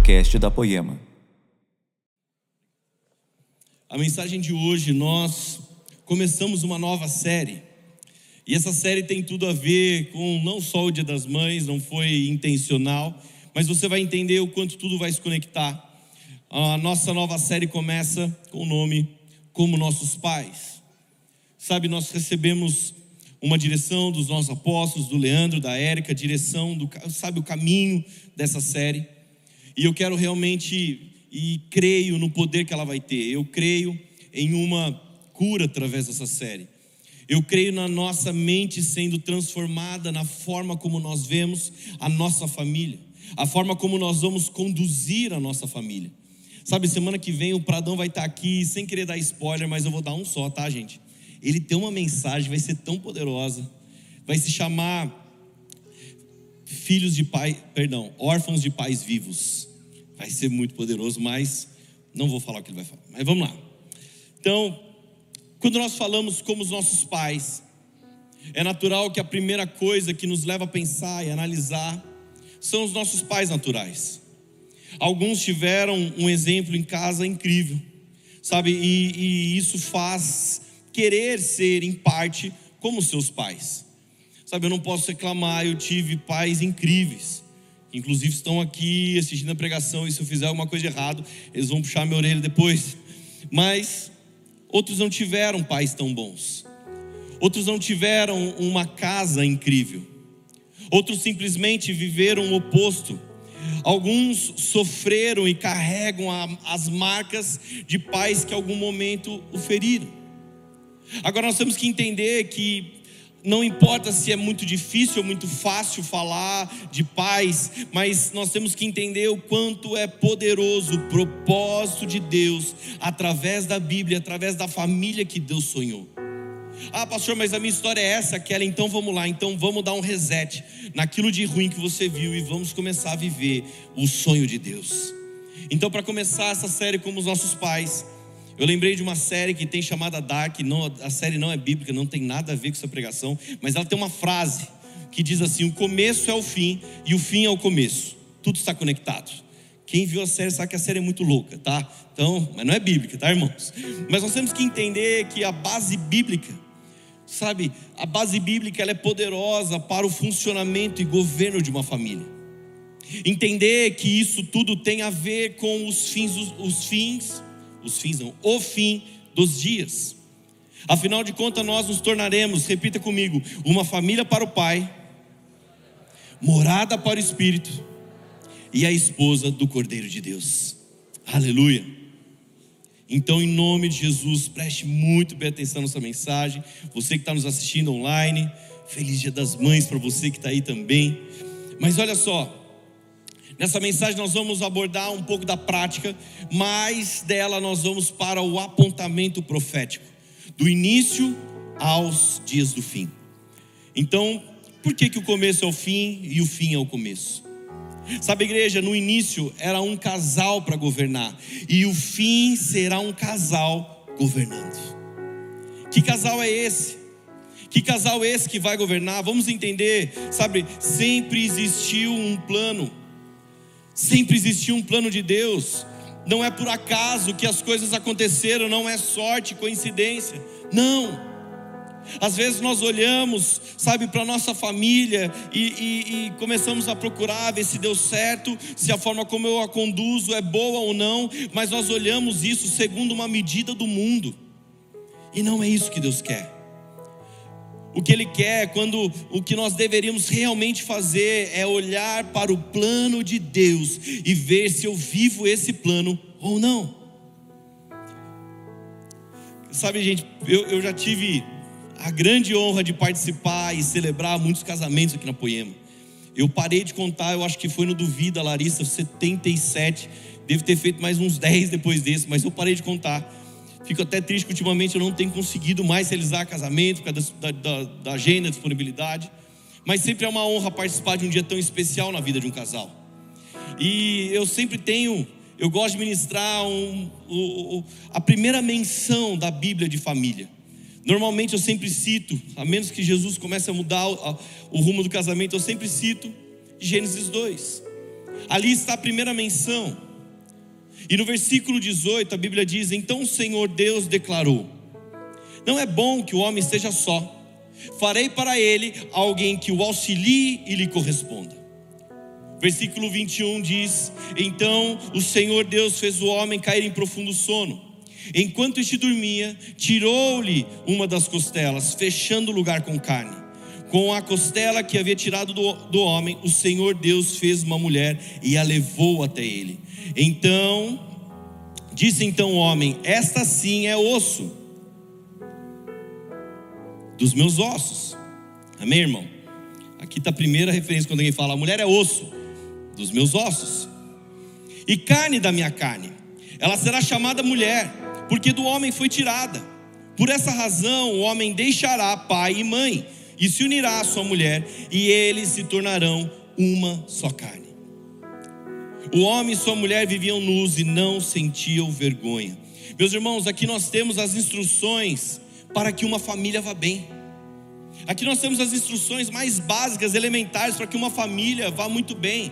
podcast da Poema. A mensagem de hoje, nós começamos uma nova série. E essa série tem tudo a ver com não só o Dia das Mães, não foi intencional, mas você vai entender o quanto tudo vai se conectar. A nossa nova série começa com o nome Como Nossos Pais. Sabe, nós recebemos uma direção dos nossos apóstolos, do Leandro, da Érica, direção o caminho dessa série. E eu quero realmente, e creio no poder que ela vai ter. Eu creio em uma cura através dessa série. Eu creio na nossa mente sendo transformada na forma como nós vemos a nossa família, a forma como nós vamos conduzir a nossa família. Sabe, semana que vem o Pradão vai estar aqui, sem querer dar spoiler, mas eu vou dar um só, tá, gente? Ele tem uma mensagem, vai ser tão poderosa, vai se chamar órfãos de pais vivos. Vai ser muito poderoso, mas não vou falar o que ele vai falar. Mas vamos lá. Então, quando nós falamos como os nossos pais, é natural que a primeira coisa que nos leva a pensar e analisar são os nossos pais naturais. Alguns tiveram um exemplo em casa incrível, sabe? E isso faz querer ser, em parte, como seus pais. Sabe, eu não posso reclamar, eu tive pais incríveis, que inclusive estão aqui assistindo a pregação, e se eu fizer alguma coisa de errado, eles vão puxar minha orelha depois. Mas outros não tiveram pais tão bons. Outros não tiveram uma casa incrível. Outros simplesmente viveram o oposto. Alguns sofreram e carregam as marcas de pais que em algum momento o feriram. Agora nós temos que entender que não importa se é muito difícil ou muito fácil falar de pais, mas nós temos que entender o quanto é poderoso o propósito de Deus através da Bíblia, através da família que Deus sonhou. Ah, pastor, mas a minha história é essa, aquela, então vamos lá, então vamos dar um reset naquilo de ruim que você viu e vamos começar a viver o sonho de Deus. Então, para começar essa série como os nossos pais, eu lembrei de uma série que tem chamada Dark. Não, a série não é bíblica, não tem nada a ver com essa pregação, mas ela tem uma frase que diz assim: o começo é o fim e o fim é o começo, tudo está conectado. Quem viu a série sabe que a série é muito louca, tá? Então, mas não é bíblica, tá, irmãos? Mas nós temos que entender que a base bíblica, sabe, a base bíblica ela é poderosa para o funcionamento e governo de uma família. Entender que isso tudo tem a ver com o fim dos dias. Afinal de contas, nós nos tornaremos, repita comigo, uma família para o Pai, morada para o Espírito e a esposa do Cordeiro de Deus. Aleluia. Então, em nome de Jesus, preste muito bem atenção nessa mensagem. Você que está nos assistindo online, feliz Dia das Mães para você que está aí também. Mas olha só, nessa mensagem nós vamos abordar um pouco da prática, mas dela nós vamos para o apontamento profético, do início aos dias do fim. Então, por que o começo é o fim e o fim é o começo? Sabe, igreja, no início era um casal para governar, e o fim será um casal governando. Que casal é esse? Que casal é esse que vai governar? Vamos entender, sabe, sempre existiu um plano. Sempre existiu um plano de Deus. Não é por acaso que as coisas aconteceram, não é sorte, coincidência. Não. Às vezes nós olhamos, sabe, para a nossa família e começamos a procurar ver se deu certo, se a forma como eu a conduzo é boa ou não. Mas nós olhamos isso segundo uma medida do mundo, e não é isso que Deus quer. O que Ele quer, o que nós deveríamos realmente fazer é olhar para o plano de Deus e ver se eu vivo esse plano ou não. Sabe, gente, eu já tive a grande honra de participar e celebrar muitos casamentos aqui na Poema. Eu parei de contar, eu acho que foi no do Vida, Larissa, 77. Devo ter feito mais uns 10 depois desse, mas eu parei de contar. Fico até triste que ultimamente eu não tenho conseguido mais realizar casamento, por causa da agenda, da disponibilidade. Mas sempre é uma honra participar de um dia tão especial na vida de um casal. E eu sempre eu gosto de ministrar a primeira menção da Bíblia de família. Normalmente eu sempre cito, a menos que Jesus comece a mudar o rumo do casamento, eu sempre cito Gênesis 2. Ali está a primeira menção. E no versículo 18 a Bíblia diz: então o Senhor Deus declarou: não é bom que o homem esteja só, farei para ele alguém que o auxilie e lhe corresponda. Versículo 21 diz: então o Senhor Deus fez o homem cair em profundo sono. Enquanto este dormia, tirou-lhe uma das costelas, fechando o lugar com carne. Com a costela que havia tirado do homem, o Senhor Deus fez uma mulher e a levou até ele. Disse então o homem: esta sim é osso dos meus ossos. Amém, irmão? Aqui está a primeira referência quando alguém fala: a mulher é osso dos meus ossos e carne da minha carne. Ela será chamada mulher, porque do homem foi tirada. Por essa razão o homem deixará pai e mãe e se unirá à sua mulher, e eles se tornarão uma só carne. O homem e sua mulher viviam nus e não sentiam vergonha. Meus irmãos, aqui nós temos as instruções para que uma família vá bem. Aqui nós temos as instruções mais básicas, elementares, para que uma família vá muito bem.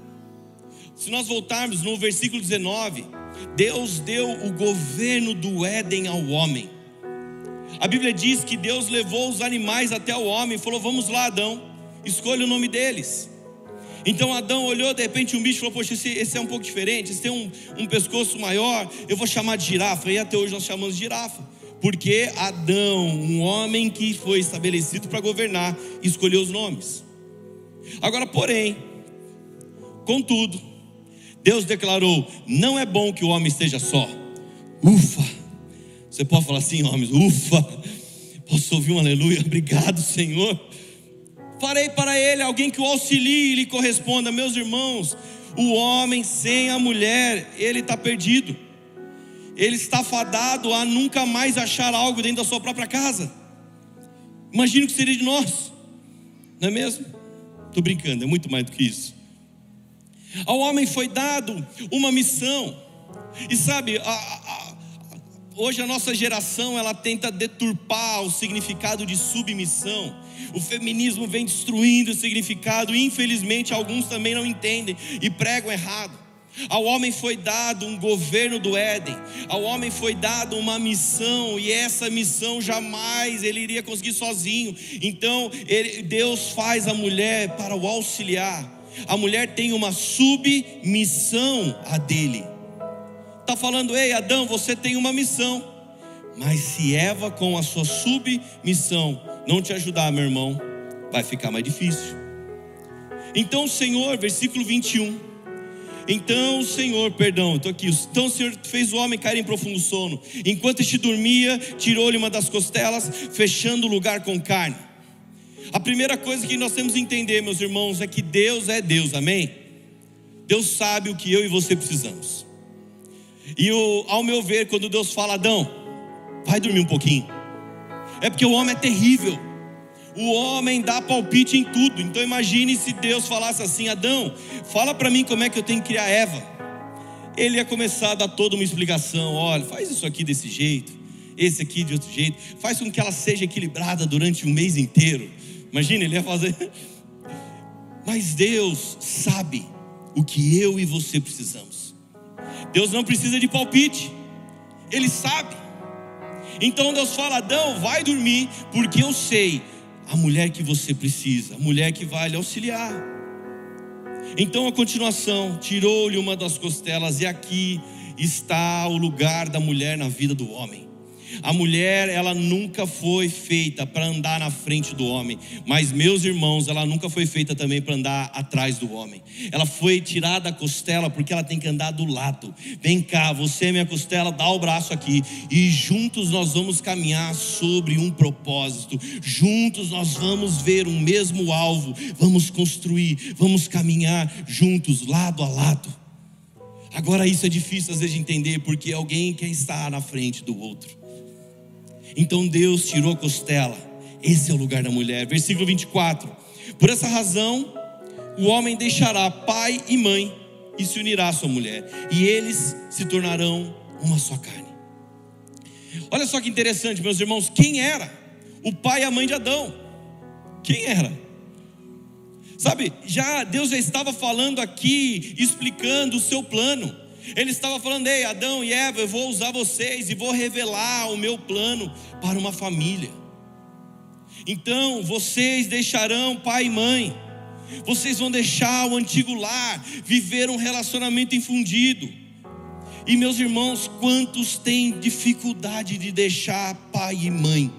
Se nós voltarmos no versículo 19, Deus deu o governo do Éden ao homem. A Bíblia diz que Deus levou os animais até o homem e falou: vamos lá, Adão, escolha o nome deles. Então Adão olhou, de repente um bicho, falou: poxa, esse é um pouco diferente, esse tem um pescoço maior, eu vou chamar de girafa. E até hoje nós chamamos de girafa, porque Adão, um homem que foi estabelecido para governar, escolheu os nomes. Agora, porém, contudo, Deus declarou: não é bom que o homem esteja só. Ufa! Você pode falar assim, homens: ufa! Posso ouvir um aleluia? Obrigado, Senhor. Farei para ele alguém que o auxilie e lhe corresponda. Meus irmãos, o homem sem a mulher, ele está perdido. Ele está fadado a nunca mais achar algo dentro da sua própria casa. Imagina o que seria de nós, não é mesmo? Estou brincando, é muito mais do que isso. Ao homem foi dado uma missão. E sabe, hoje a nossa geração, ela tenta deturpar o significado de submissão. O feminismo vem destruindo o significado, e infelizmente alguns também não entendem e pregam errado. Ao homem foi dado um governo do Éden, ao homem foi dado uma missão, e essa missão jamais ele iria conseguir sozinho. Então Deus faz a mulher para o auxiliar. A mulher tem uma submissão a dele. Está falando: ei, Adão, você tem uma missão. Mas se Eva, com a sua submissão, não te ajudar, meu irmão, vai ficar mais difícil. Então o Senhor, versículo 21. Então o Senhor fez o homem cair em profundo sono. Enquanto este dormia, tirou-lhe uma das costelas, fechando o lugar com carne. A primeira coisa que nós temos que entender, meus irmãos, é que Deus é Deus, amém? Deus sabe o que eu e você precisamos. E ao meu ver, quando Deus fala: Adão, vai dormir um pouquinho, é porque o homem é terrível. O homem dá palpite em tudo. Então imagine se Deus falasse assim: Adão, fala para mim como é que eu tenho que criar Eva. Ele ia começar a dar toda uma explicação: olha, faz isso aqui desse jeito, esse aqui de outro jeito, faz com que ela seja equilibrada durante um mês inteiro. Imagina, ele ia fazer. Mas Deus sabe o que eu e você precisamos. Deus não precisa de palpite, Ele sabe. Então Deus fala: Adão, vai dormir, porque eu sei a mulher que você precisa, a mulher que vai lhe auxiliar. Então a continuação: tirou-lhe uma das costelas, e aqui está o lugar da mulher na vida do homem. A mulher, ela nunca foi feita para andar na frente do homem, mas, meus irmãos, ela nunca foi feita também para andar atrás do homem. Ela foi tirada a costela porque ela tem que andar do lado. Vem cá, você é minha costela, dá o braço aqui, e juntos nós vamos caminhar sobre um propósito. Juntos nós vamos ver um mesmo alvo, vamos construir, vamos caminhar juntos, lado a lado. Agora isso é difícil às vezes de entender, porque alguém quer estar na frente do outro. Então Deus tirou a costela. Esse é o lugar da mulher. Versículo 24. Por essa razão o homem deixará pai e mãe e se unirá à sua mulher, e eles se tornarão uma só carne. Olha só que interessante, meus irmãos. Quem era o pai e a mãe de Adão? Quem era? Sabe, Deus já estava falando aqui, explicando o seu plano. Ele estava falando: ei, Adão e Eva, eu vou usar vocês e vou revelar o meu plano para uma família. Então vocês deixarão pai e mãe, vocês vão deixar o antigo lar, viver um relacionamento infundido. E meus irmãos, quantos têm dificuldade de deixar pai e mãe?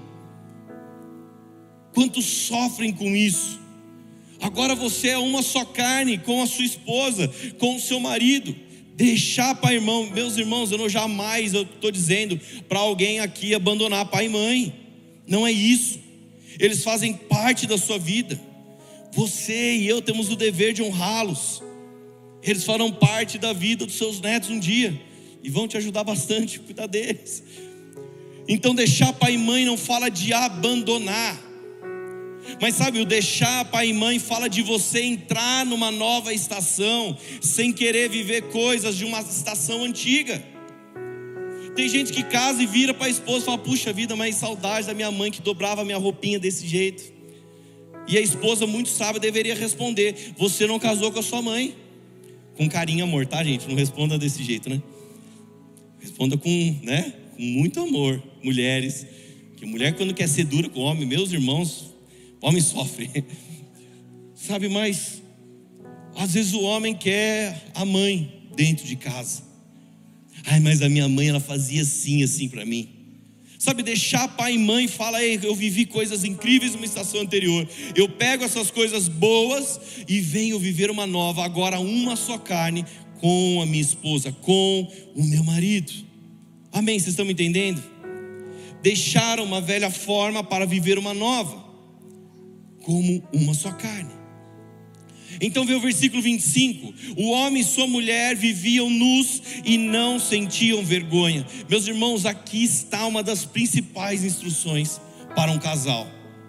Quantos sofrem com isso? Agora você é uma só carne com a sua esposa, com o seu marido. Deixar pai e irmão, meus irmãos, eu estou dizendo para alguém aqui abandonar pai e mãe. Não é isso. Eles fazem parte da sua vida. Você e eu temos o dever de honrá-los. Eles farão parte da vida dos seus netos um dia e vão te ajudar bastante a cuidar deles. Então deixar pai e mãe não fala de abandonar. Mas sabe, o deixar pai e mãe fala de você entrar numa nova estação, sem querer viver coisas de uma estação antiga. Tem gente que casa e vira para a esposa e fala: puxa vida, mas saudade da minha mãe que dobrava a minha roupinha desse jeito. E a esposa, muito sábia, deveria responder: você não casou com a sua mãe. Com carinho e amor, tá, gente? Não responda desse jeito, né? Responda com muito amor. Mulheres, que mulher quando quer ser dura com o homem, meus irmãos, homem sofre. Sabe, mas às vezes o homem quer a mãe dentro de casa. Ai, mas a minha mãe, ela fazia assim para mim. Sabe, deixar pai e mãe fala: ei, eu vivi coisas incríveis numa estação anterior, eu pego essas coisas boas e venho viver uma nova, agora uma só carne, com a minha esposa, com o meu marido. Amém, vocês estão me entendendo? Deixaram uma velha forma para viver uma nova, como uma só carne. Então vê o versículo 25: o homem e sua mulher viviam nus e não sentiam vergonha. Meus irmãos, aqui está uma das principais instruções para um casal: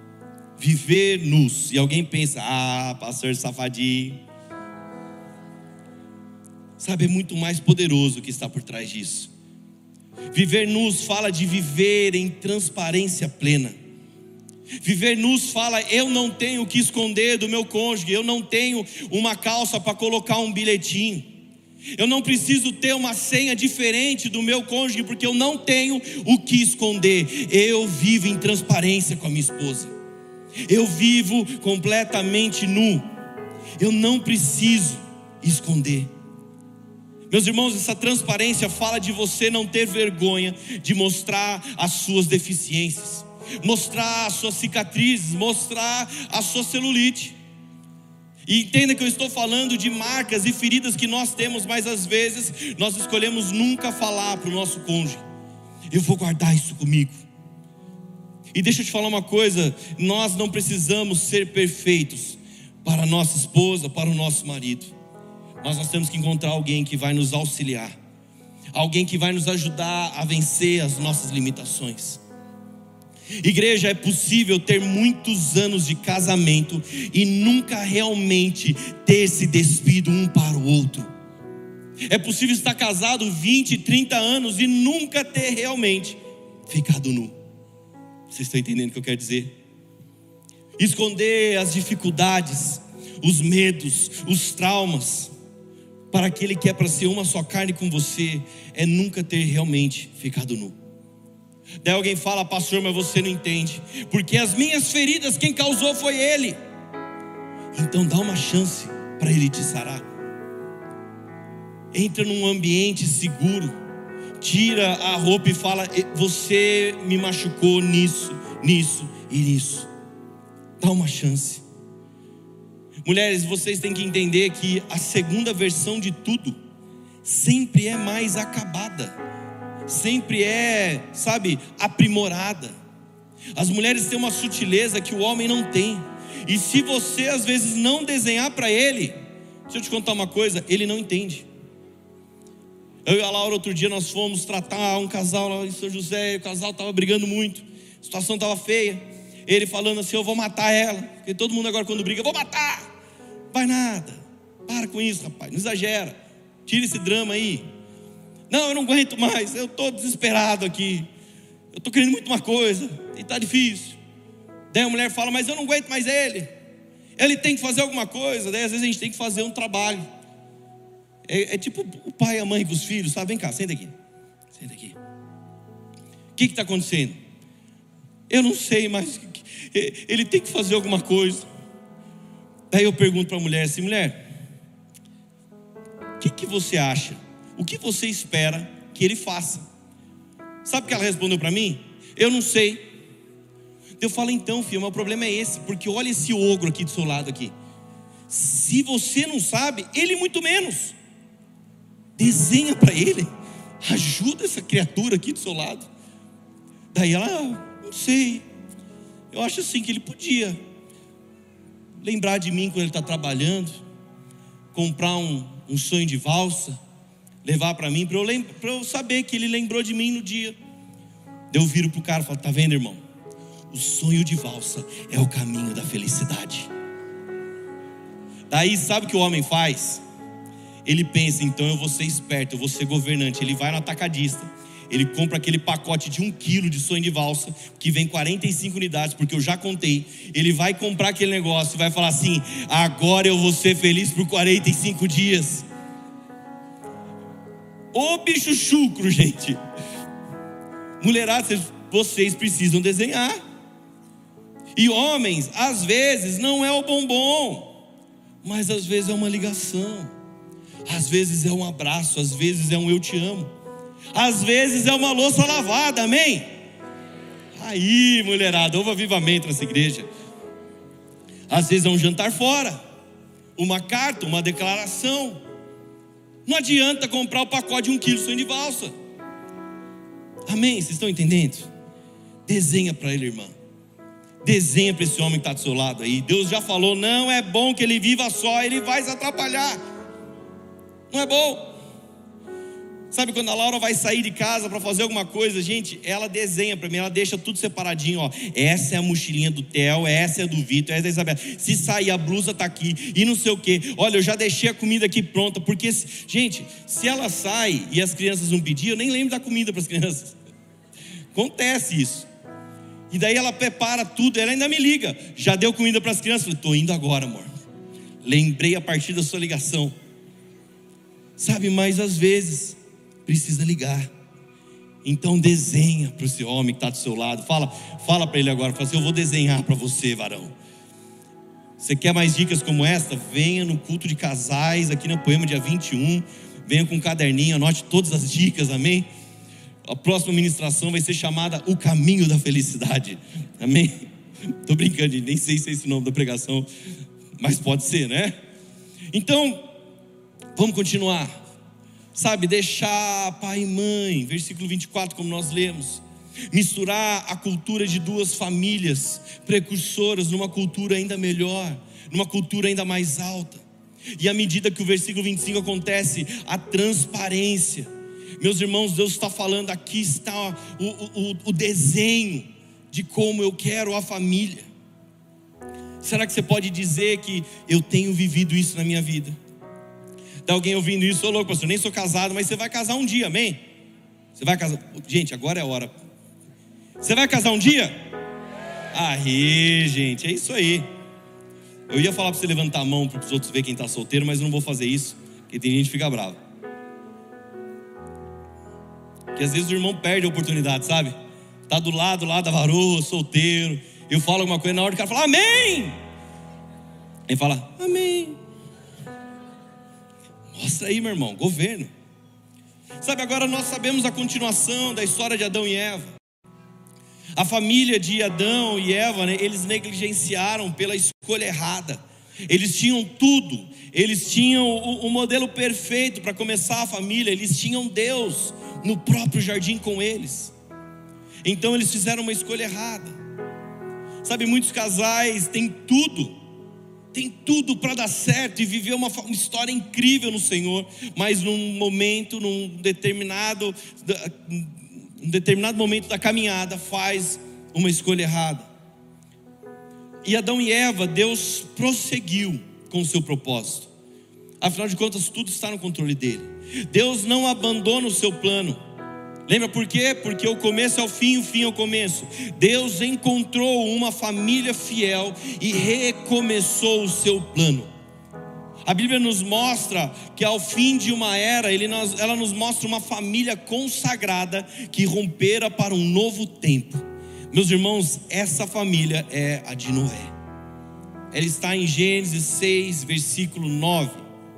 viver nus. E alguém pensa: ah, pastor safadinho. Sabe, é muito mais poderoso o que está por trás disso. Viver nus fala de viver em transparência plena. Viver nus fala: eu não tenho o que esconder do meu cônjuge, eu não tenho uma calça para colocar um bilhetinho, eu não preciso ter uma senha diferente do meu cônjuge, porque eu não tenho o que esconder. Eu vivo em transparência com a minha esposa, eu vivo completamente nu, eu não preciso esconder. Meus irmãos, essa transparência fala de você não ter vergonha de mostrar as suas deficiências, mostrar as suas cicatrizes, mostrar a sua celulite. E entenda que eu estou falando de marcas e feridas que nós temos, mas às vezes nós escolhemos nunca falar para o nosso cônjuge: eu vou guardar isso comigo. E deixa eu te falar uma coisa: nós não precisamos ser perfeitos para a nossa esposa, para o nosso marido. Nós temos que encontrar alguém que vai nos auxiliar, alguém que vai nos ajudar a vencer as nossas limitações. Igreja, é possível ter muitos anos de casamento e nunca realmente ter se despido um para o outro. É possível estar casado 20, 30 anos e nunca ter realmente ficado nu. Vocês estão entendendo o que eu quero dizer? Esconder as dificuldades, os medos, os traumas para aquele que é para ser uma só carne com você, é nunca ter realmente ficado nu. Daí alguém fala: pastor, mas você não entende, porque as minhas feridas quem causou foi ele. Então dá uma chance para ele te sarar. Entra num ambiente seguro, tira a roupa e fala: você me machucou nisso, nisso e nisso. Dá uma chance. Mulheres, vocês têm que entender que a segunda versão de tudo sempre é mais acabada, sempre é, aprimorada. As mulheres têm uma sutileza que o homem não tem. E se você às vezes não desenhar para ele, deixa eu te contar uma coisa, ele não entende. Eu e a Laura, outro dia nós fomos tratar um casal lá em São José. O casal estava brigando muito, a situação estava feia. Ele falando assim: eu vou matar ela. Porque todo mundo agora quando briga: eu vou matar. Vai nada, para com isso, rapaz, não exagera, tira esse drama aí. Não, eu não aguento mais, eu estou desesperado aqui, eu estou querendo muito uma coisa e está difícil. Daí a mulher fala: mas eu não aguento mais ele, ele tem que fazer alguma coisa. Daí às vezes a gente tem que fazer um trabalho. É tipo o pai e a mãe com os filhos, sabe? Vem cá, senta aqui. Senta aqui. O que está acontecendo? Eu não sei, mas ele tem que fazer alguma coisa. Daí eu pergunto para a mulher assim: mulher, o que você acha? O que você espera que ele faça? Sabe o que ela respondeu para mim? Eu não sei. Eu falo: então, filho, mas o problema é esse, porque olha esse ogro aqui do seu lado aqui. Se você não sabe, ele muito menos. Desenha para ele, ajuda essa criatura aqui do seu lado. Daí ela: não sei, eu acho assim que ele podia lembrar de mim quando ele está trabalhando, comprar um sonho de valsa, levar para mim, para eu saber que ele lembrou de mim no dia. Eu viro para o cara e falo: tá vendo, irmão? O sonho de valsa é o caminho da felicidade. Daí sabe o que o homem faz? Ele pensa: então eu vou ser esperto, eu vou ser governante. Ele vai no atacadista, ele compra aquele pacote de 1 quilo de sonho de valsa, que vem 45 unidades, porque eu já contei. Ele vai comprar aquele negócio e vai falar assim: agora eu vou ser feliz por 45 dias. Ô bicho chucro, gente. Mulherada, vocês precisam desenhar. E homens, às vezes não é o bombom, mas às vezes é uma ligação, às vezes é um abraço, às vezes é um eu te amo, às vezes é uma louça lavada, amém? Aí, mulherada, houve avivamento nessa igreja. Às vezes é um jantar fora, uma carta, uma declaração. Não adianta comprar o pacote de 1 quilo de sonho de valsa. Amém? Vocês estão entendendo? Desenha para ele, irmã. Desenha para esse homem que está do seu lado aí. Deus já falou: não é bom que ele viva só, ele vai se atrapalhar. Não é bom. Sabe quando a Laura vai sair de casa para fazer alguma coisa, gente, ela desenha para mim, ela deixa tudo separadinho, ó. Essa é a mochilinha do Theo, essa é do Vitor, essa é da Isabela. Se sair a blusa tá aqui e não sei o que. Olha, eu já deixei a comida aqui pronta, porque, gente, se ela sai e as crianças não pedir, eu nem lembro da comida para as crianças. Acontece isso. E daí ela prepara tudo, ela ainda me liga: já deu comida para as crianças? Eu falei: estou indo agora, amor. Lembrei a partir da sua ligação. Sabe, mas às vezes precisa ligar. Então desenha para esse homem que está do seu lado. Fala para ele agora, fala assim: eu vou desenhar para você, varão. Você quer mais dicas como esta? Venha no culto de casais aqui na Poema dia 21. Venha com um caderninho, anote todas as dicas, amém? A próxima ministração vai ser chamada O Caminho da Felicidade, amém? Estou brincando, gente, nem sei se é esse o nome da pregação, mas pode ser, né? Então, vamos continuar. Sabe, deixar pai e mãe, versículo 24, como nós lemos. Misturar a cultura de 2 famílias precursoras numa cultura ainda melhor, numa cultura ainda mais alta. E à medida que o versículo 25 acontece, a transparência. Meus irmãos, Deus está falando, aqui está o desenho de como eu quero a família. Será que você pode dizer que eu tenho vivido isso na minha vida? Está alguém ouvindo isso? Ô louco, pastor, nem sou casado, mas você vai casar um dia, amém? Você vai casar, gente, agora é a hora. Você vai casar um dia? Aí, gente, é isso aí. Eu ia falar para você levantar a mão para os outros verem quem está solteiro, mas eu não vou fazer isso, porque tem gente que fica brava. Porque às vezes o irmão perde a oportunidade, sabe? Está do lado lá da varoa, solteiro. Eu falo alguma coisa, na hora o cara fala amém. Ele fala amém. Mostra aí, meu irmão, governo. Sabe, agora nós sabemos a continuação da história de Adão e Eva. A família de Adão e Eva, né, eles negligenciaram pela escolha errada. Eles tinham tudo. Eles tinham o modelo perfeito para começar a família. Eles tinham Deus no próprio jardim com eles. Então eles fizeram uma escolha errada. Sabe, muitos casais têm tudo para dar certo e viver uma história incrível no Senhor, mas num determinado momento da caminhada faz uma escolha errada. E Adão e Eva, Deus prosseguiu com o seu propósito. Afinal de contas, tudo está no controle dele. Deus não abandona o seu plano. Lembra por quê? Porque o começo é o fim é o começo. Deus encontrou uma família fiel e recomeçou o seu plano. A Bíblia nos mostra que ao fim de uma era, ela nos mostra uma família consagrada que rompera para um novo tempo. Meus irmãos, essa família é a de Noé. Ela está em Gênesis 6, versículo 9.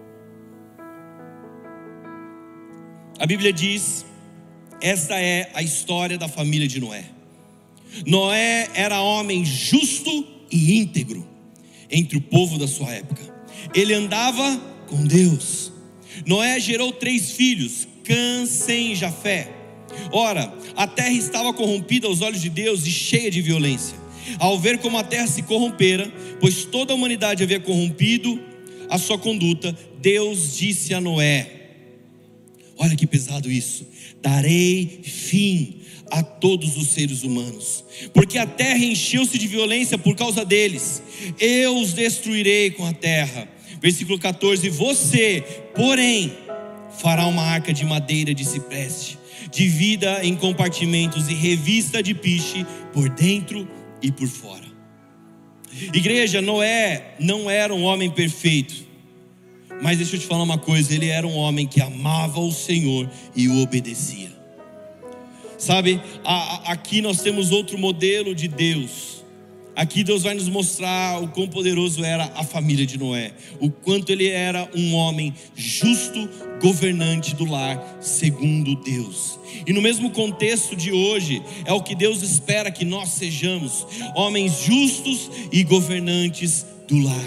A Bíblia diz: esta é a história da família de Noé. Noé era homem justo e íntegro entre o povo da sua época. Ele andava com Deus. Noé gerou 3 filhos, Cã, Sem e Jafé. Ora, a terra estava corrompida aos olhos de Deus e cheia de violência. Ao ver como a terra se corrompera, pois toda a humanidade havia corrompido a sua conduta, Deus disse a Noé: olha que pesado isso: darei fim a todos os seres humanos, porque a terra encheu-se de violência por causa deles. Eu os destruirei com a terra. Versículo 14: você, porém, fará uma arca de madeira de cipreste, divida em compartimentos e revista de piche por dentro e por fora. Igreja, Noé não era um homem perfeito, mas deixa eu te falar uma coisa: ele era um homem que amava o Senhor e o obedecia. Sabe, aqui nós temos outro modelo de Deus. Aqui Deus vai nos mostrar o quão poderoso era a família de Noé, o quanto ele era um homem justo, governante do lar, segundo Deus. E no mesmo contexto de hoje, é o que Deus espera que nós sejamos: homens justos e governantes do lar.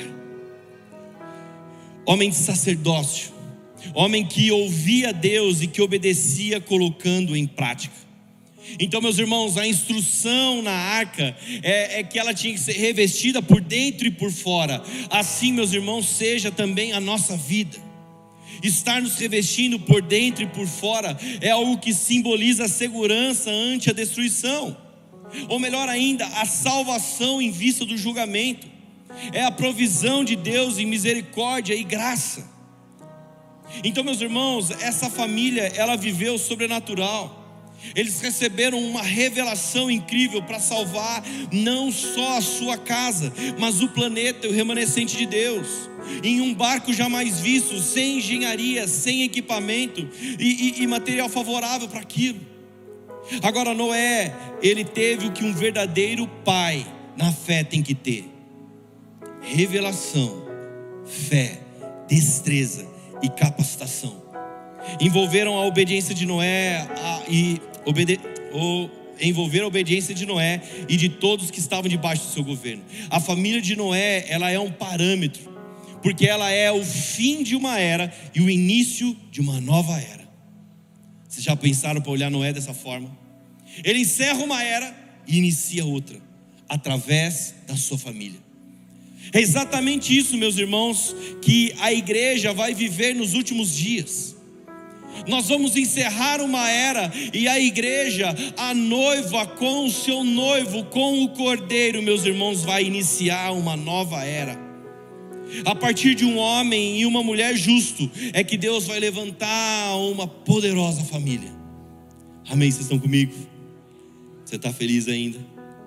Homem de sacerdócio, homem que ouvia Deus e que obedecia colocando em prática. Então, meus irmãos, a instrução na arca é que ela tinha que ser revestida por dentro e por fora. Assim, meus irmãos, seja também a nossa vida. Estar nos revestindo por dentro e por fora é algo que simboliza a segurança ante a destruição, ou melhor ainda, a salvação em vista do julgamento. É a provisão de Deus em misericórdia e graça. Então, meus irmãos, essa família, ela viveu o sobrenatural. Eles receberam uma revelação incrível para salvar não só a sua casa, mas o planeta e o remanescente de Deus, em um barco jamais visto, sem engenharia, sem equipamento e material favorável para aquilo. Agora, Noé, ele teve o que um verdadeiro pai na fé tem que ter: revelação, fé, destreza e capacitação. Envolveram a obediência de Noé envolveram a obediência de Noé e de todos que estavam debaixo do seu governo. A família de Noé, ela é um parâmetro, porque ela é o fim de uma era e o início de uma nova era. Vocês já pensaram para olhar Noé dessa forma? Ele encerra uma era e inicia outra, através da sua família. É exatamente isso, meus irmãos, que a igreja vai viver nos últimos dias. Nós vamos encerrar uma era e a igreja, a noiva com o seu noivo, com o cordeiro, meus irmãos, vai iniciar uma nova era. A partir de um homem e uma mulher justo é que Deus vai levantar uma poderosa família. Amém? Vocês estão comigo? Você está feliz ainda?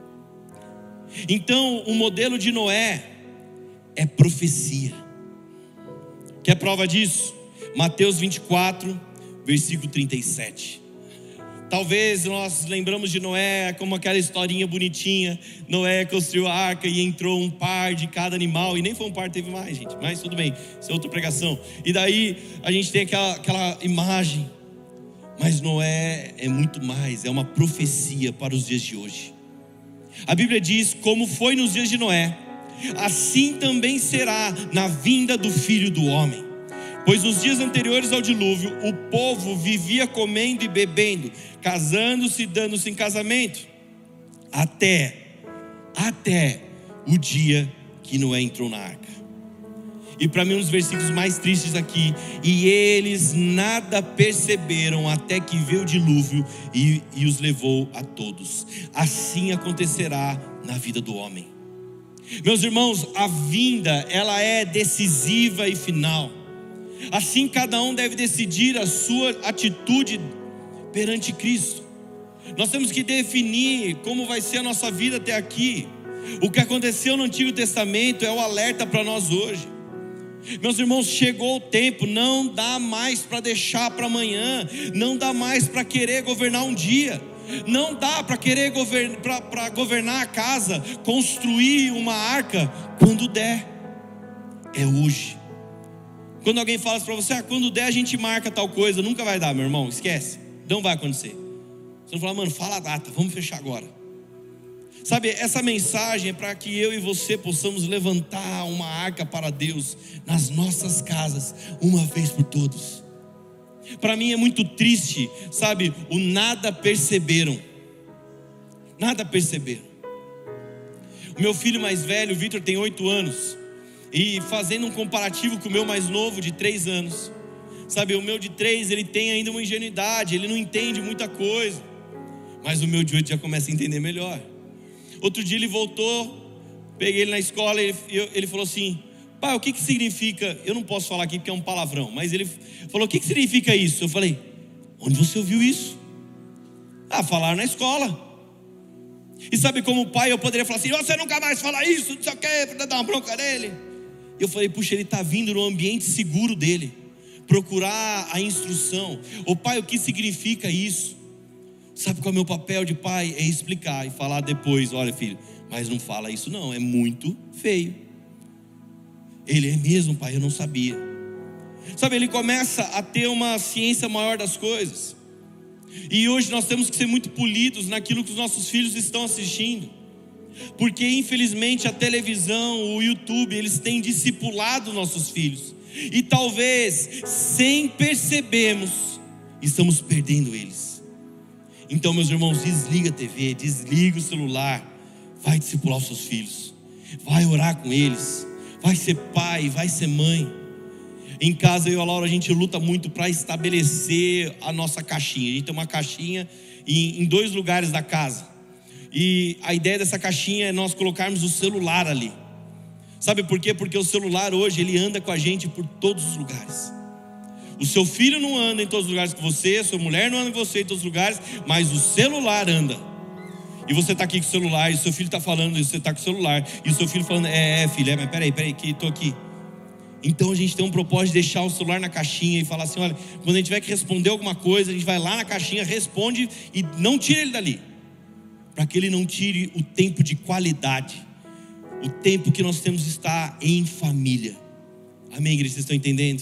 Então, o modelo de Noé é profecia. Quer prova disso? Mateus 24, versículo 37. Talvez nós lembramos de Noé como aquela historinha bonitinha. Noé construiu a arca e entrou um par de cada animal. E nem foi um par, teve mais, gente. Mas tudo bem, isso é outra pregação. E daí a gente tem aquela imagem. Mas Noé é muito mais, é uma profecia para os dias de hoje. A Bíblia diz: como foi nos dias de Noé, assim também será na vinda do Filho do Homem. Pois nos dias anteriores ao dilúvio, o povo vivia comendo e bebendo, casando-se e dando-se em casamento, até o dia que Noé entrou na arca. E para mim um dos versículos mais tristes aqui: e eles nada perceberam até que veio o dilúvio e os levou a todos. Assim acontecerá na vida do homem. Meus irmãos, a vinda, ela é decisiva e final. Assim cada um deve decidir a sua atitude perante Cristo. Nós temos que definir como vai ser a nossa vida até aqui. O que aconteceu no Antigo Testamento é o alerta para nós hoje. Meus irmãos, chegou o tempo, não dá mais para deixar para amanhã, não dá mais para querer governar um dia, não dá para querer governar a casa, construir uma arca quando der. É hoje. Quando alguém fala para você, quando der a gente marca tal coisa, nunca vai dar, meu irmão, esquece, não vai acontecer. Você não fala, mano, fala a data, vamos fechar agora. Sabe, essa mensagem é para que eu e você possamos levantar uma arca para Deus nas nossas casas, uma vez por todos. Para mim é muito triste, sabe, o nada perceberam. Nada perceberam. O meu filho mais velho, o Vitor, tem 8 anos. E fazendo um comparativo com o meu mais novo, de 3 anos. Sabe, o meu de 3, ele tem ainda uma ingenuidade, ele não entende muita coisa. Mas o meu de 8 já começa a entender melhor. Outro dia ele voltou, peguei ele na escola e ele falou assim: pai, o que significa? Eu não posso falar aqui porque é um palavrão, mas ele falou: o que significa isso? Eu falei: onde você ouviu isso? Falaram na escola. E sabe, como pai eu poderia falar assim: você nunca mais fala isso, não sei o que, dar uma bronca nele. Eu falei: puxa, ele está vindo no ambiente seguro dele, procurar a instrução. Ô pai, o que significa isso? Sabe qual é o meu papel de pai? É explicar e falar depois: olha filho, mas não fala isso não, é muito feio. Ele: é mesmo pai, eu não sabia. Sabe, ele começa a ter uma ciência maior das coisas. E hoje nós temos que ser muito polidos naquilo que os nossos filhos estão assistindo. Porque infelizmente a televisão, o YouTube, eles têm discipulado nossos filhos. E talvez, sem percebermos, estamos perdendo eles. Então, meus irmãos, desliga a TV, desliga o celular, vai discipular os seus filhos, vai orar com eles, vai ser pai, vai ser mãe. Em casa, eu e a Laura, a gente luta muito para estabelecer a nossa caixinha. A gente tem uma caixinha em 2 lugares da casa. E a ideia dessa caixinha é nós colocarmos o celular ali. Sabe por quê? Porque o celular hoje, ele anda com a gente por todos os lugares. O seu filho não anda em todos os lugares com você, a sua mulher não anda com você em todos os lugares, mas o celular anda. E você está aqui com o celular, e o seu filho está falando, e você está com o celular, e o seu filho falando: filho, mas peraí, que estou aqui. Então a gente tem um propósito de deixar o celular na caixinha e falar assim: olha, quando a gente tiver que responder alguma coisa, a gente vai lá na caixinha, responde e não tira ele dali, para que ele não tire o tempo de qualidade, o tempo que nós temos de estar em família. Amém, igreja? Vocês estão entendendo?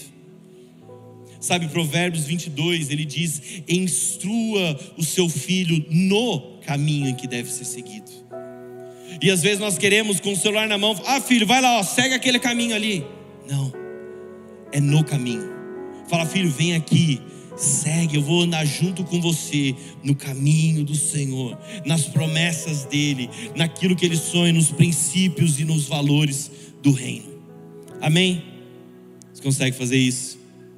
Sabe, Provérbios 22, ele diz: instrua o seu filho no caminho em que deve ser seguido. E às vezes nós queremos com o celular na mão: filho, vai lá, segue aquele caminho ali. Não, é no caminho. Fala: filho, vem aqui, segue, eu vou andar junto com você no caminho do Senhor, nas promessas dele, naquilo que ele sonha, nos princípios e nos valores do reino. Amém? Você consegue fazer isso?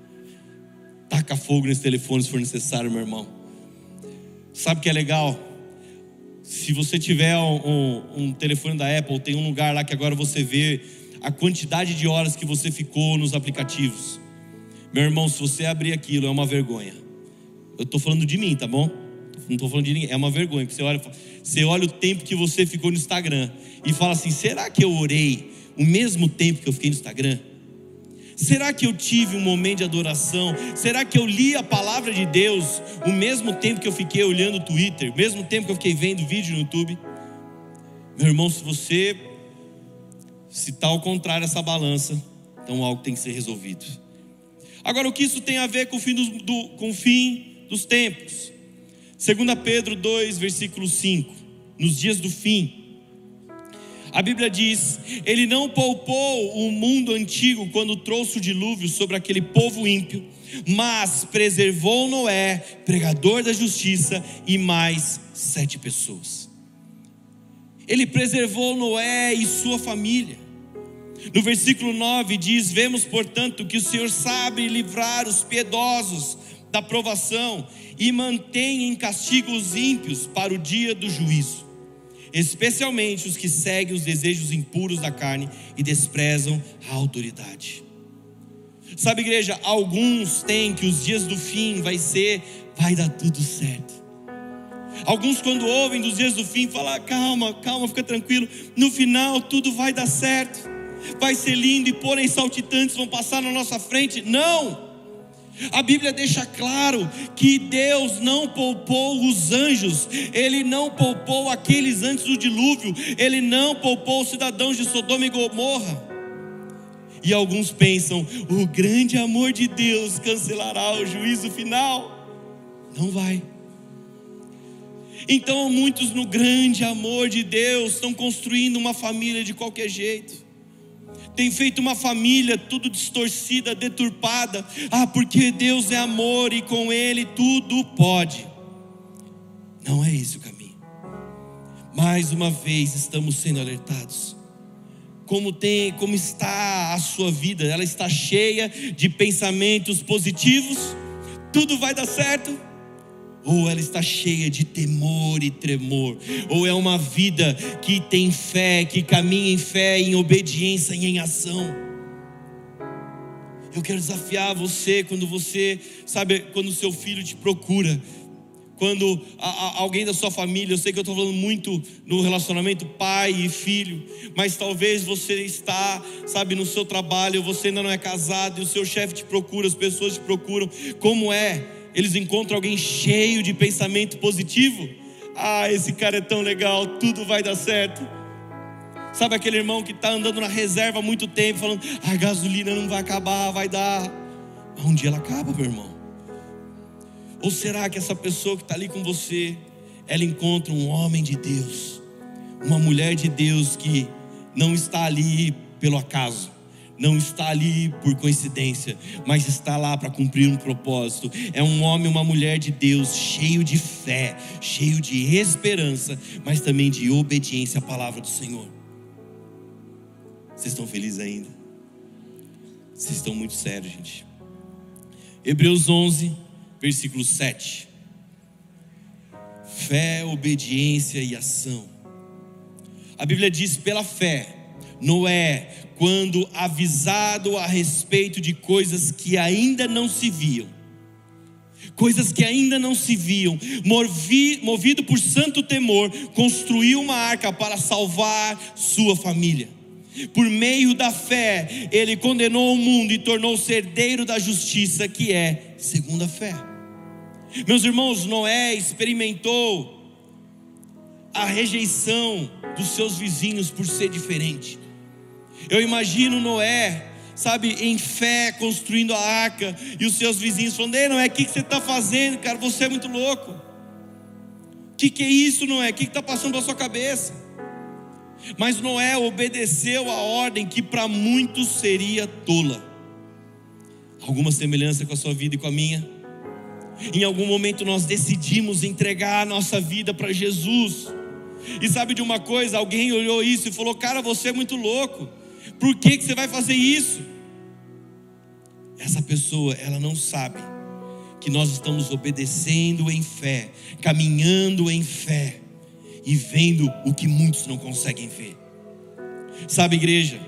Taca fogo nesse telefone se for necessário, meu irmão. Sabe o que é legal? Se você tiver um telefone da Apple, tem um lugar lá que agora você vê a quantidade de horas que você ficou nos aplicativos. Meu irmão, se você abrir aquilo, é uma vergonha. Eu estou falando de mim, tá bom? Não estou falando de ninguém, é uma vergonha. Porque você olha o tempo que você ficou no Instagram e fala assim: será que eu orei o mesmo tempo que eu fiquei no Instagram? Será que eu tive um momento de adoração? Será que eu li a palavra de Deus o mesmo tempo que eu fiquei olhando o Twitter, o mesmo tempo que eu fiquei vendo vídeo no YouTube? Meu irmão, se está ao contrário essa balança, então algo tem que ser resolvido. Agora, o que isso tem a ver com o fim dos tempos? 2 Pedro 2, versículo 5. Nos dias do fim, a Bíblia diz: ele não poupou o mundo antigo quando trouxe o dilúvio sobre aquele povo ímpio, mas preservou Noé, pregador da justiça, e mais 7 pessoas. Ele preservou Noé e sua família. No versículo 9 diz: vemos portanto que o Senhor sabe livrar os piedosos da provação e mantém em castigo os ímpios para o dia do juízo, especialmente os que seguem os desejos impuros da carne e desprezam a autoridade. Sabe, igreja, alguns têm que os dias do fim vai dar tudo certo. Alguns, quando ouvem dos dias do fim, falam: calma, calma, fica tranquilo, no final tudo vai dar certo, vai ser lindo e porém saltitantes vão passar na nossa frente. Não! A Bíblia deixa claro que Deus não poupou os anjos, Ele não poupou aqueles antes do dilúvio, Ele não poupou os cidadãos de Sodoma e Gomorra. E alguns pensam: o grande amor de Deus cancelará o juízo final. Não vai. Então muitos, no grande amor de Deus, estão construindo uma família de qualquer jeito. Tem feito uma família tudo distorcida, deturpada. Porque Deus é amor e com Ele tudo pode. Não é esse o caminho. Mais uma vez estamos sendo alertados. Como está a sua vida? Ela está cheia de pensamentos positivos? Tudo vai dar certo? Ou ela está cheia de temor e tremor? Ou é uma vida que tem fé, que caminha em fé, em obediência e em ação? Eu quero desafiar você, quando o seu filho te procura, quando alguém da sua família, eu sei que eu estou falando muito no relacionamento pai e filho, mas talvez você está, no seu trabalho, você ainda não é casado e o seu chefe te procura, as pessoas te procuram. Como é? Eles encontram alguém cheio de pensamento positivo? Esse cara é tão legal, tudo vai dar certo. Sabe aquele irmão que está andando na reserva há muito tempo, falando: a gasolina não vai acabar, vai dar. Um dia ela acaba, meu irmão. Ou será que essa pessoa que está ali com você, ela encontra um homem de Deus, uma mulher de Deus que não está ali pelo acaso, não está ali por coincidência, mas está lá para cumprir um propósito? É um homem, uma mulher de Deus, cheio de fé, cheio de esperança, mas também de obediência à palavra do Senhor. Vocês estão felizes ainda? Vocês estão muito sérios, gente. Hebreus 11, versículo 7. Fé, obediência e ação. A Bíblia diz: pela fé, Noé, quando avisado a respeito de coisas que ainda não se viam, movido por santo temor, construiu uma arca para salvar sua família. Por meio da fé, ele condenou o mundo e tornou-se herdeiro da justiça, que é segundo a fé. Meus irmãos, Noé experimentou a rejeição dos seus vizinhos por ser diferente. Eu imagino Noé, em fé, construindo a arca, e os seus vizinhos falando: ei, Noé, o que você está fazendo, cara? Você é muito louco. O que é isso, Noé? O que está passando pela sua cabeça? Mas Noé obedeceu a ordem que para muitos seria tola. Alguma semelhança com a sua vida e com a minha? Em algum momento nós decidimos entregar a nossa vida para Jesus. E sabe de uma coisa? Alguém olhou isso e falou: cara, você é muito louco. Por que você vai fazer isso? Essa pessoa, ela não sabe que nós estamos obedecendo em fé, caminhando em fé e vendo o que muitos não conseguem ver. Sabe, igreja,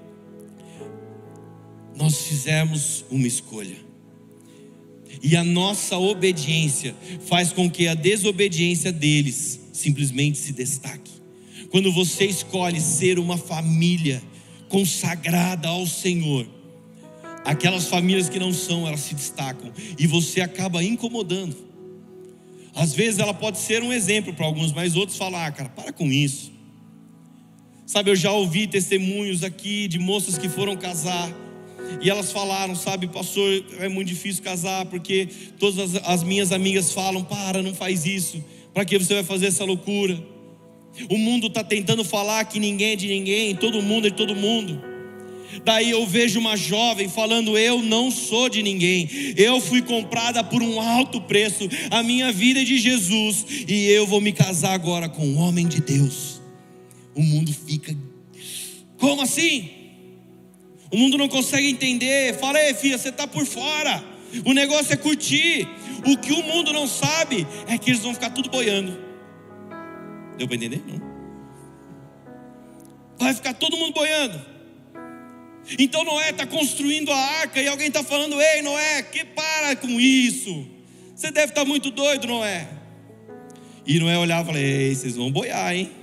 nós fizemos uma escolha, e a nossa obediência faz com que a desobediência deles simplesmente se destaque. Quando você escolhe ser uma família consagrada ao Senhor, aquelas famílias que não são, elas se destacam, e você acaba incomodando. Às vezes ela pode ser um exemplo para alguns, mas outros falam: cara, para com isso. Eu já ouvi testemunhos aqui de moças que foram casar, e elas falaram: pastor, é muito difícil casar, porque todas as minhas amigas falam: não faz isso, para que você vai fazer essa loucura? O mundo está tentando falar que ninguém é de ninguém, todo mundo é de todo mundo. Daí eu vejo uma jovem falando: eu não sou de ninguém, eu fui comprada por um alto preço, a minha vida é de Jesus, e eu vou me casar agora com um homem de Deus. O mundo fica: como assim? O mundo não consegue entender. Fala: ei, filha, você está por fora, o negócio é curtir. O que o mundo não sabe é que eles vão ficar tudo boiando. Deu para entender? Não. Vai ficar todo mundo boiando. Então Noé está construindo a arca, e alguém está falando: ei, Noé, que para com isso. Você deve estar muito doido, Noé. E Noé olhava e falava: ei, vocês vão boiar, hein?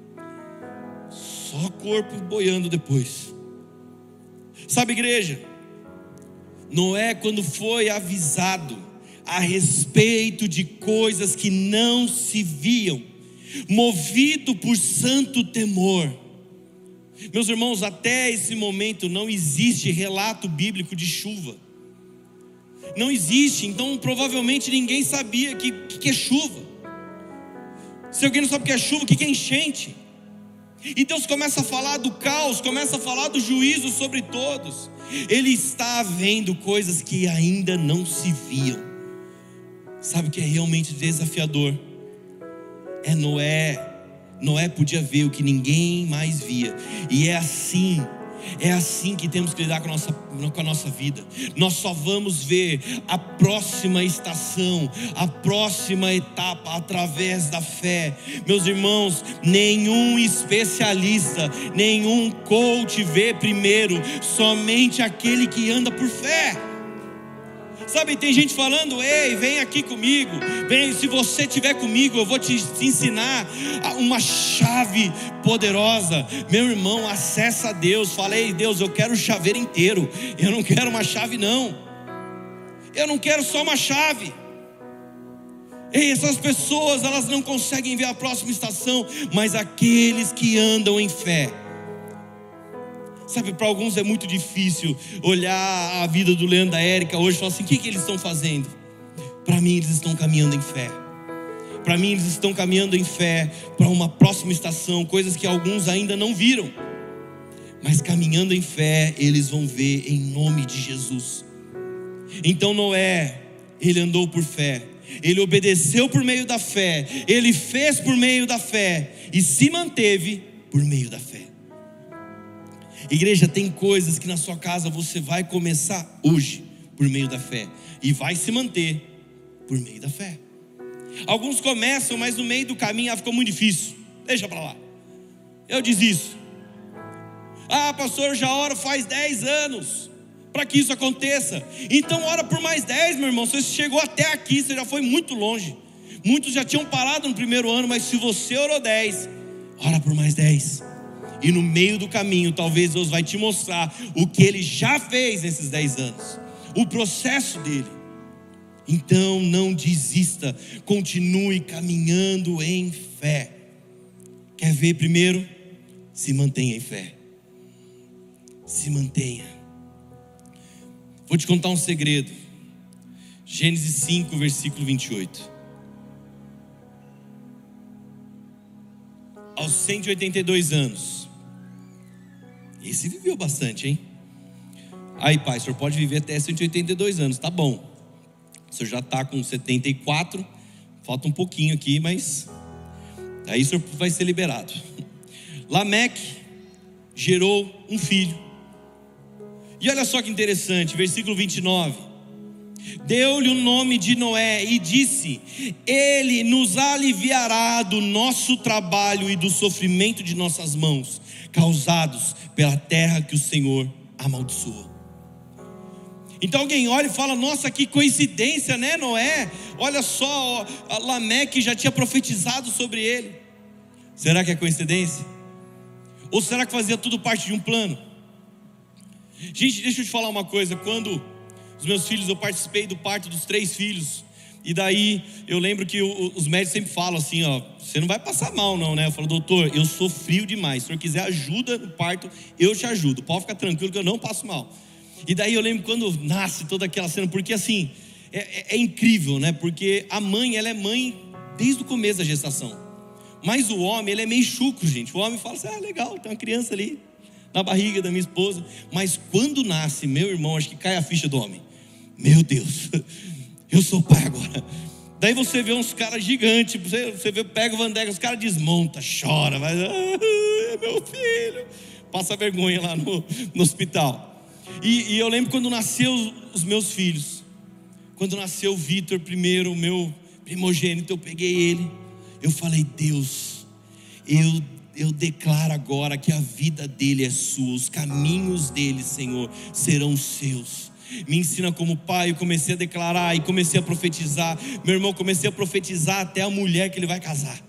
Só corpo boiando depois. Sabe, igreja, Noé, quando foi avisado a respeito de coisas que não se viam, movido por santo temor. Meus irmãos, até esse momento não existe relato bíblico de chuva. Não existe, então provavelmente ninguém sabia que é chuva. Se alguém não sabe o que é chuva, o que é enchente? E Deus começa a falar do caos, começa a falar do juízo sobre todos. Ele está vendo coisas que ainda não se viam. Sabe o que é realmente desafiador? É Noé. Noé podia ver o que ninguém mais via. E é assim que temos que lidar com a nossa vida. Nós só vamos ver a próxima estação, a próxima etapa através da fé. Meus irmãos, nenhum especialista, nenhum coach vê primeiro, somente aquele que anda por fé. Sabe, tem gente falando: ei, vem aqui comigo, vem, se você estiver comigo, eu vou te ensinar uma chave poderosa. Meu irmão, acessa a Deus, fala: ei, Deus, eu quero o chaveiro inteiro, eu não quero uma chave não, eu não quero só uma chave. Ei, essas pessoas, elas não conseguem ver a próxima estação, mas aqueles que andam em fé. Sabe, para alguns é muito difícil olhar a vida do Leandro, da Érica hoje e falar assim: o que eles estão fazendo? Para mim, eles estão caminhando em fé. Para mim, eles estão caminhando em fé para uma próxima estação, coisas que alguns ainda não viram. Mas caminhando em fé, eles vão ver em nome de Jesus. Então Noé, ele andou por fé, ele obedeceu por meio da fé, ele fez por meio da fé e se manteve por meio da fé. Igreja, tem coisas que na sua casa você vai começar hoje por meio da fé e vai se manter por meio da fé. Alguns começam, mas no meio do caminho ficou muito difícil. Deixa para lá. Eu desisto. Pastor, eu já oro faz 10 anos para que isso aconteça. Então ora por mais 10, meu irmão. Você chegou até aqui, você já foi muito longe. Muitos já tinham parado no primeiro ano, mas se você orou 10, ora por mais 10. E no meio do caminho, talvez Deus vai te mostrar o que Ele já fez nesses 10 anos, o processo dele. Então não desista, continue caminhando em fé. Quer ver primeiro? Se mantenha em fé. Se mantenha. Vou te contar um segredo. Gênesis 5, versículo 28. Aos 182 anos, esse viveu bastante, hein? Aí, pai, o senhor pode viver até 182 anos, tá bom. O senhor já está com 74, falta um pouquinho aqui, mas aí o senhor vai ser liberado. Lameque gerou um filho. E olha só que interessante, versículo 29. Deu-lhe o nome de Noé e disse: ele nos aliviará do nosso trabalho e do sofrimento de nossas mãos, causados pela terra que o Senhor amaldiçoou. Então alguém olha e fala: nossa, que coincidência, né, Noé? Olha só, Lameque já tinha profetizado sobre ele. Será que é coincidência? Ou será que fazia tudo parte de um plano? Gente, deixa eu te falar uma coisa. Quando os meus filhos, eu participei do parto dos 3 filhos, e daí eu lembro que os médicos sempre falam assim: ó, você não vai passar mal não, né? Eu falo: doutor, eu sou frio demais, se o senhor quiser ajuda no parto, eu te ajudo, pode ficar tranquilo que eu não passo mal. E daí eu lembro quando nasce toda aquela cena, porque assim, é incrível, né? Porque a mãe, ela é mãe desde o começo da gestação, mas o homem, ele é meio chucro, gente. O homem fala assim: legal, tem uma criança ali na barriga da minha esposa. Mas quando nasce, meu irmão, acho que cai a ficha do homem. Meu Deus, eu sou pai agora. Daí você vê uns caras gigantes, você vê, pega o Vandeca, os caras desmontam, chora, vai: meu filho, passa vergonha lá no hospital. E eu lembro quando nasceu os meus filhos, quando nasceu o Vitor primeiro, o meu primogênito, eu peguei ele, eu falei: Deus, eu declaro agora que a vida dele é sua, os caminhos dele, Senhor, serão seus. Me ensina como pai. Eu comecei a declarar e comecei a profetizar. Meu irmão, comecei a profetizar até a mulher que ele vai casar.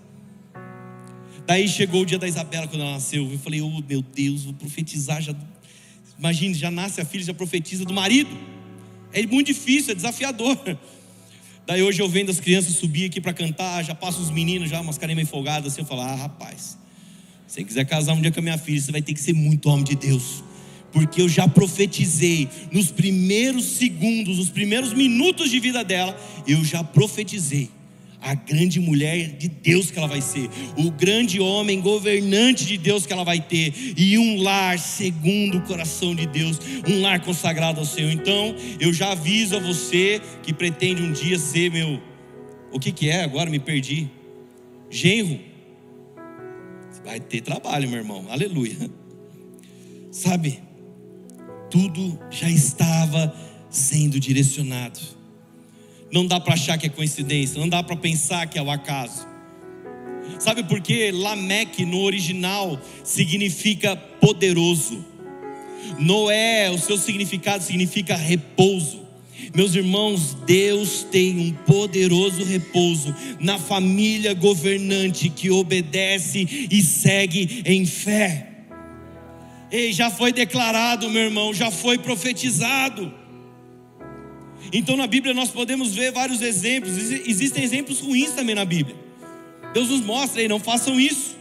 Daí chegou o dia da Isabela, quando ela nasceu. Eu falei, oh meu Deus, vou profetizar já. Imagine, já nasce a filha, já profetiza do marido. É muito difícil, é desafiador. Daí hoje eu vendo as crianças subir aqui para cantar, já passo os meninos, já umas carinhas meio folgadas assim. Eu falo, rapaz, se você quiser casar um dia com a minha filha, você vai ter que ser muito homem de Deus, porque eu já profetizei nos primeiros segundos, nos primeiros minutos de vida dela. Eu já profetizei a grande mulher de Deus que ela vai ser, o grande homem governante de Deus que ela vai ter, e um lar segundo o coração de Deus, um lar consagrado ao Senhor. Então eu já aviso a você que pretende um dia ser meu, o que é agora? Me perdi. Genro. Vai ter trabalho, meu irmão, aleluia. Sabe, tudo já estava sendo direcionado. Não dá para achar que é coincidência, não dá para pensar que é o acaso. Sabe por quê? Lameque no original significa poderoso. Noé, o seu significado significa repouso. Meus irmãos, Deus tem um poderoso repouso na família governante que obedece e segue em fé. Ei, já foi declarado, meu irmão, já foi profetizado. Então na Bíblia nós podemos ver vários exemplos. Existem exemplos ruins também na Bíblia. Deus nos mostra, ei, não façam isso.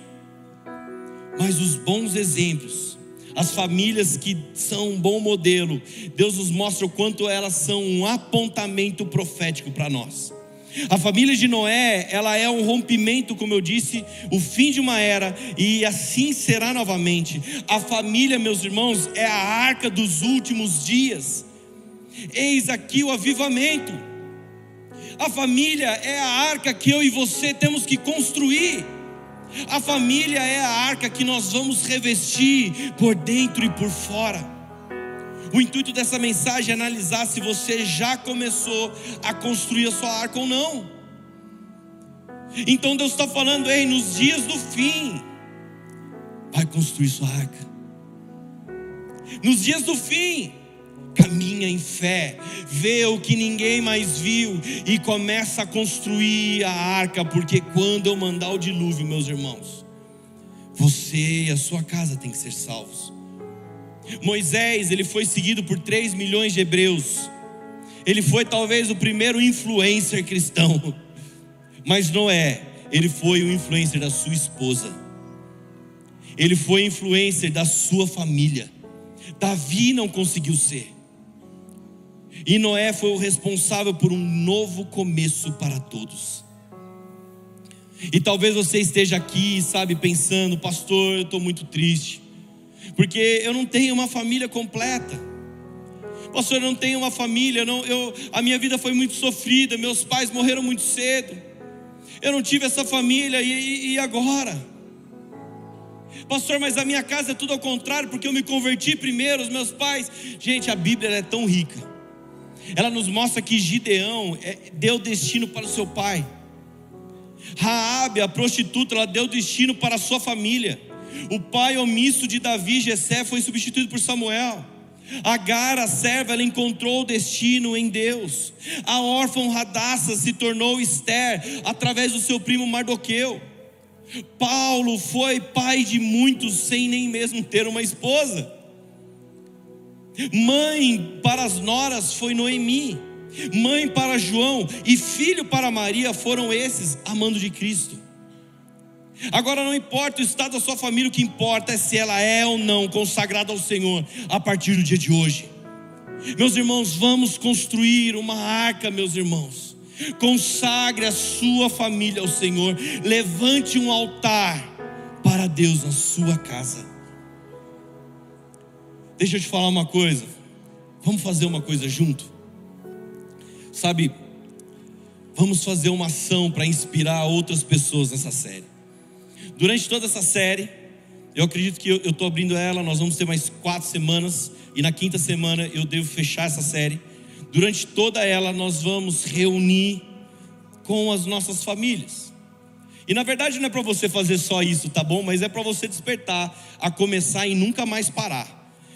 Mas os bons exemplos, as famílias que são um bom modelo, Deus nos mostra o quanto elas são um apontamento profético para nós. A família de Noé, ela é um rompimento, como eu disse, o fim de uma era, e assim será novamente. A família, meus irmãos, é a arca dos últimos dias. Eis aqui o avivamento. A família é a arca que eu e você temos que construir. A família é a arca que nós vamos revestir por dentro e por fora. O intuito dessa mensagem é analisar se você já começou a construir a sua arca ou não. Então Deus está falando, ei, nos dias do fim, vai construir sua arca. Nos dias do fim, caminha em fé, vê o que ninguém mais viu e começa a construir a arca, porque quando eu mandar o dilúvio, meus irmãos, você e a sua casa tem que ser salvos. Moisés, ele foi seguido por 3 milhões de hebreus. Ele foi talvez o primeiro influencer cristão. Mas Noé, ele foi o influencer da sua esposa. Ele foi influencer da sua família. Davi não conseguiu ser. E Noé foi o responsável por um novo começo para todos. E talvez você esteja aqui, sabe, pensando, pastor, eu estou muito triste, porque eu não tenho uma família completa. Pastor, eu não tenho uma família, a minha vida foi muito sofrida, meus pais morreram muito cedo, eu não tive essa família, e agora? Pastor, mas a minha casa é tudo ao contrário, porque eu me converti primeiro, os meus pais. Gente, a Bíblia ela é tão rica. Ela nos mostra que Gideão deu destino para o seu pai. Raabe, a prostituta, ela deu destino para a sua família. O pai omisso de Davi, Jessé, foi substituído por Samuel. Agar, a serva, ela encontrou o destino em Deus. A órfã Radassa se tornou Esther através do seu primo Mardoqueu. Paulo foi pai de muitos sem nem mesmo ter uma esposa. Mãe para as noras foi Noemi. Mãe para João e filho para Maria foram esses amando de Cristo. Agora não importa o estado da sua família, o que importa é se ela é ou não consagrada ao Senhor a partir do dia de hoje. Meus irmãos, vamos construir uma arca, meus irmãos. Consagre a sua família ao Senhor. Levante um altar para Deus na sua casa. Deixa eu te falar uma coisa. Vamos fazer uma coisa junto? Sabe, vamos fazer uma ação para inspirar outras pessoas nessa série. Durante toda essa série, eu acredito que eu estou abrindo ela, nós vamos ter mais 4 semanas, e na 5ª semana eu devo fechar essa série. Durante toda ela nós vamos reunir com as nossas famílias. E na verdade não é para você fazer só isso, tá bom? Mas é para você despertar a começar e nunca mais parar.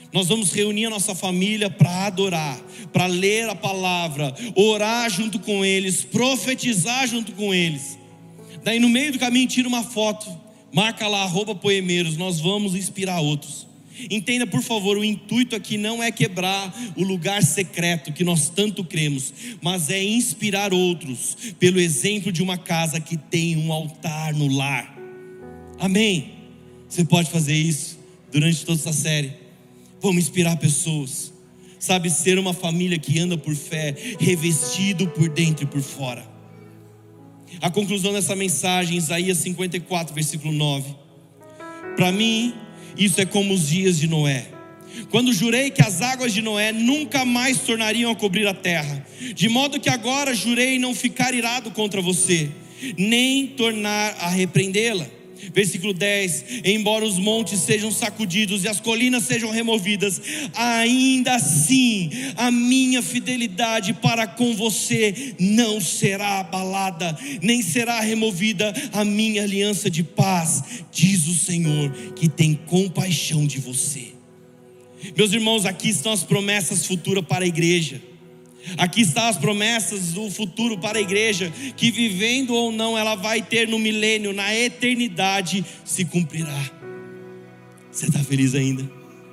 Nós vamos reunir a nossa família para adorar, para ler a palavra, orar junto com eles, profetizar junto com eles. Daí no meio do caminho tira uma foto, marca lá @poemeiros, nós vamos inspirar outros. Entenda por favor, o intuito aqui não é quebrar o lugar secreto que nós tanto cremos, mas é inspirar outros, pelo exemplo de uma casa que tem um altar no lar. Amém? Você pode fazer isso durante toda essa série. Vamos inspirar pessoas, sabe, ser uma família que anda por fé, revestido por dentro e por fora. A conclusão dessa mensagem, Isaías 54, versículo 9. Para mim, isso é como os dias de Noé, quando jurei que as águas de Noé nunca mais tornariam a cobrir a terra, de modo que agora jurei não ficar irado contra você, nem tornar a repreendê-la. Versículo 10: embora os montes sejam sacudidos e as colinas sejam removidas, ainda assim a minha fidelidade para com você não será abalada, nem será removida a minha aliança de paz, diz o Senhor, que tem compaixão de você. Meus irmãos, aqui estão as promessas futuras para a igreja. Aqui estão as promessas do futuro para a igreja, que vivendo ou não, ela vai ter no milênio, na eternidade, se cumprirá. Você está feliz ainda?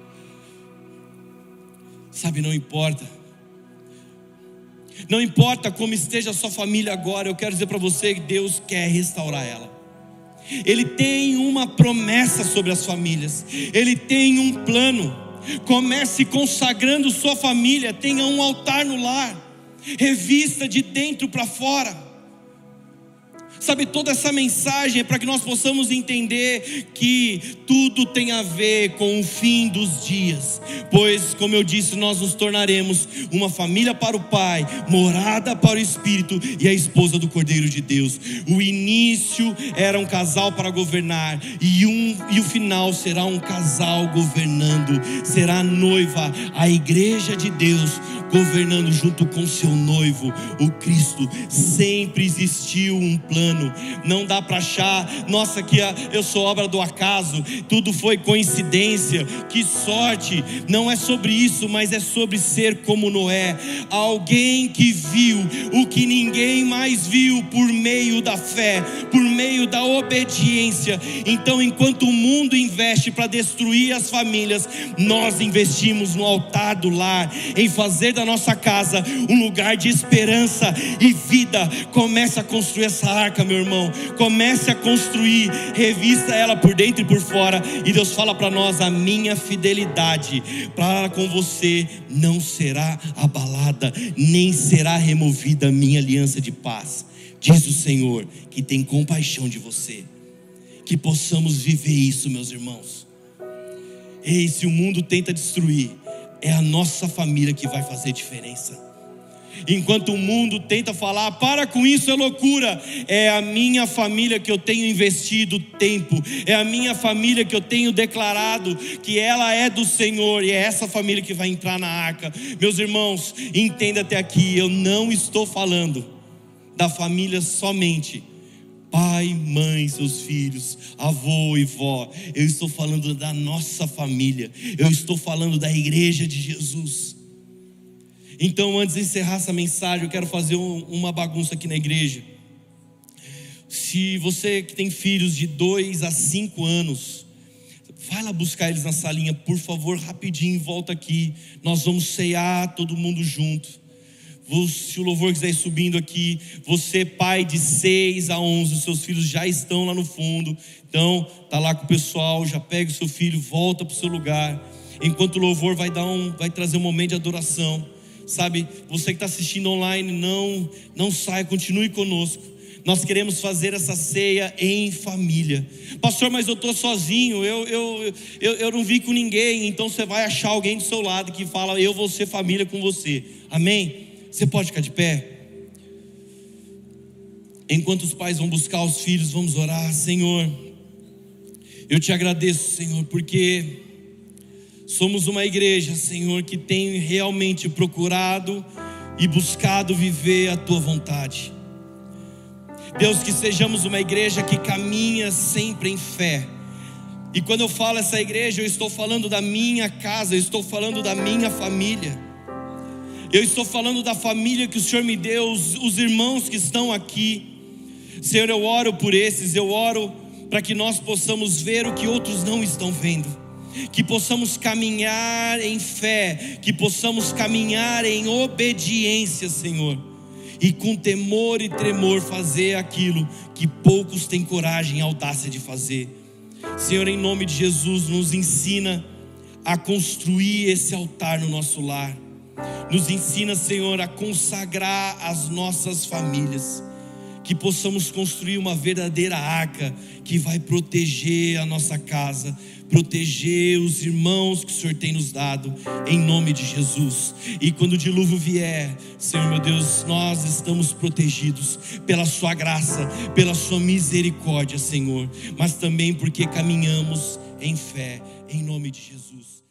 Sabe, não importa como esteja a sua família agora, eu quero dizer para você que Deus quer restaurar ela. Ele tem uma promessa sobre as famílias, Ele tem um plano. Comece consagrando sua família, tenha um altar no lar, revista de dentro para fora. Sabe, toda essa mensagem é para que nós possamos entender que tudo tem a ver com o fim dos dias, pois, como eu disse, nós nos tornaremos uma família para o Pai, morada para o Espírito e a esposa do Cordeiro de Deus. O início era um casal para governar, e o final será um casal governando, será a noiva, a igreja de Deus, governando junto com seu noivo, o Cristo. Sempre existiu um plano. Não dá para achar, nossa, que eu sou obra do acaso, tudo foi coincidência, que sorte. Não é sobre isso, mas é sobre ser como Noé, alguém que viu o que ninguém mais viu por meio da fé, por meio da obediência. Então, enquanto o mundo investe para destruir as famílias, nós investimos no altar do lar, em fazer da nossa casa um lugar de esperança e vida. Comece a construir essa arca, meu irmão, comece a construir, revista ela por dentro e por fora, e Deus fala para nós: a minha fidelidade para com você não será abalada, nem será removida a minha aliança de paz, diz o Senhor, que tem compaixão de você. Que possamos viver isso, meus irmãos. Ei, se o mundo tenta destruir, é a nossa família que vai fazer diferença. Enquanto o mundo tenta falar, para com isso, é loucura, é a minha família que eu tenho investido tempo, é a minha família que eu tenho declarado que ela é do Senhor, e é essa família que vai entrar na arca. Meus irmãos, entenda até aqui, eu não estou falando da família somente pai, mãe, seus filhos, avô e vó. Eu estou falando da nossa família, eu estou falando da igreja de Jesus. Então, antes de encerrar essa mensagem, eu quero fazer uma bagunça aqui na igreja. Se você que tem filhos de 2 a 5 anos, vai lá buscar eles na salinha, por favor, rapidinho, volta aqui. Nós vamos cear todo mundo junto. Se o louvor quiser ir subindo aqui, você pai de 6 a 11, os seus filhos já estão lá no fundo. Então, tá lá com o pessoal, já pega o seu filho, volta para o seu lugar. Enquanto o louvor vai trazer um momento de adoração. Sabe, você que está assistindo online, não saia, continue conosco. Nós queremos fazer essa ceia em família. Pastor, mas eu estou sozinho, eu não vi com ninguém. Então você vai achar alguém do seu lado que fala: eu vou ser família com você. Amém? Você pode ficar de pé? Enquanto os pais vão buscar os filhos, vamos orar. Senhor, eu te agradeço, Senhor, porque somos uma igreja, Senhor, que tem realmente procurado e buscado viver a tua vontade. Deus, que sejamos uma igreja que caminha sempre em fé, E quando eu falo essa igreja, eu estou falando da minha casa, eu estou falando da minha família. Eu estou falando da família que o Senhor me deu, os irmãos que estão aqui. Senhor, eu oro por esses, eu oro para que nós possamos ver o que outros não estão vendo, que possamos caminhar em fé, que possamos caminhar em obediência, Senhor, e com temor e tremor fazer aquilo que poucos têm coragem e audácia de fazer. Senhor, em nome de Jesus, nos ensina a construir esse altar no nosso lar. Nos ensina, Senhor, a consagrar as nossas famílias, que possamos construir uma verdadeira arca que vai proteger a nossa casa, proteger os irmãos que o Senhor tem nos dado, em nome de Jesus. E quando o dilúvio vier, Senhor meu Deus, nós estamos protegidos pela sua graça, pela sua misericórdia, Senhor, mas também porque caminhamos em fé, em nome de Jesus.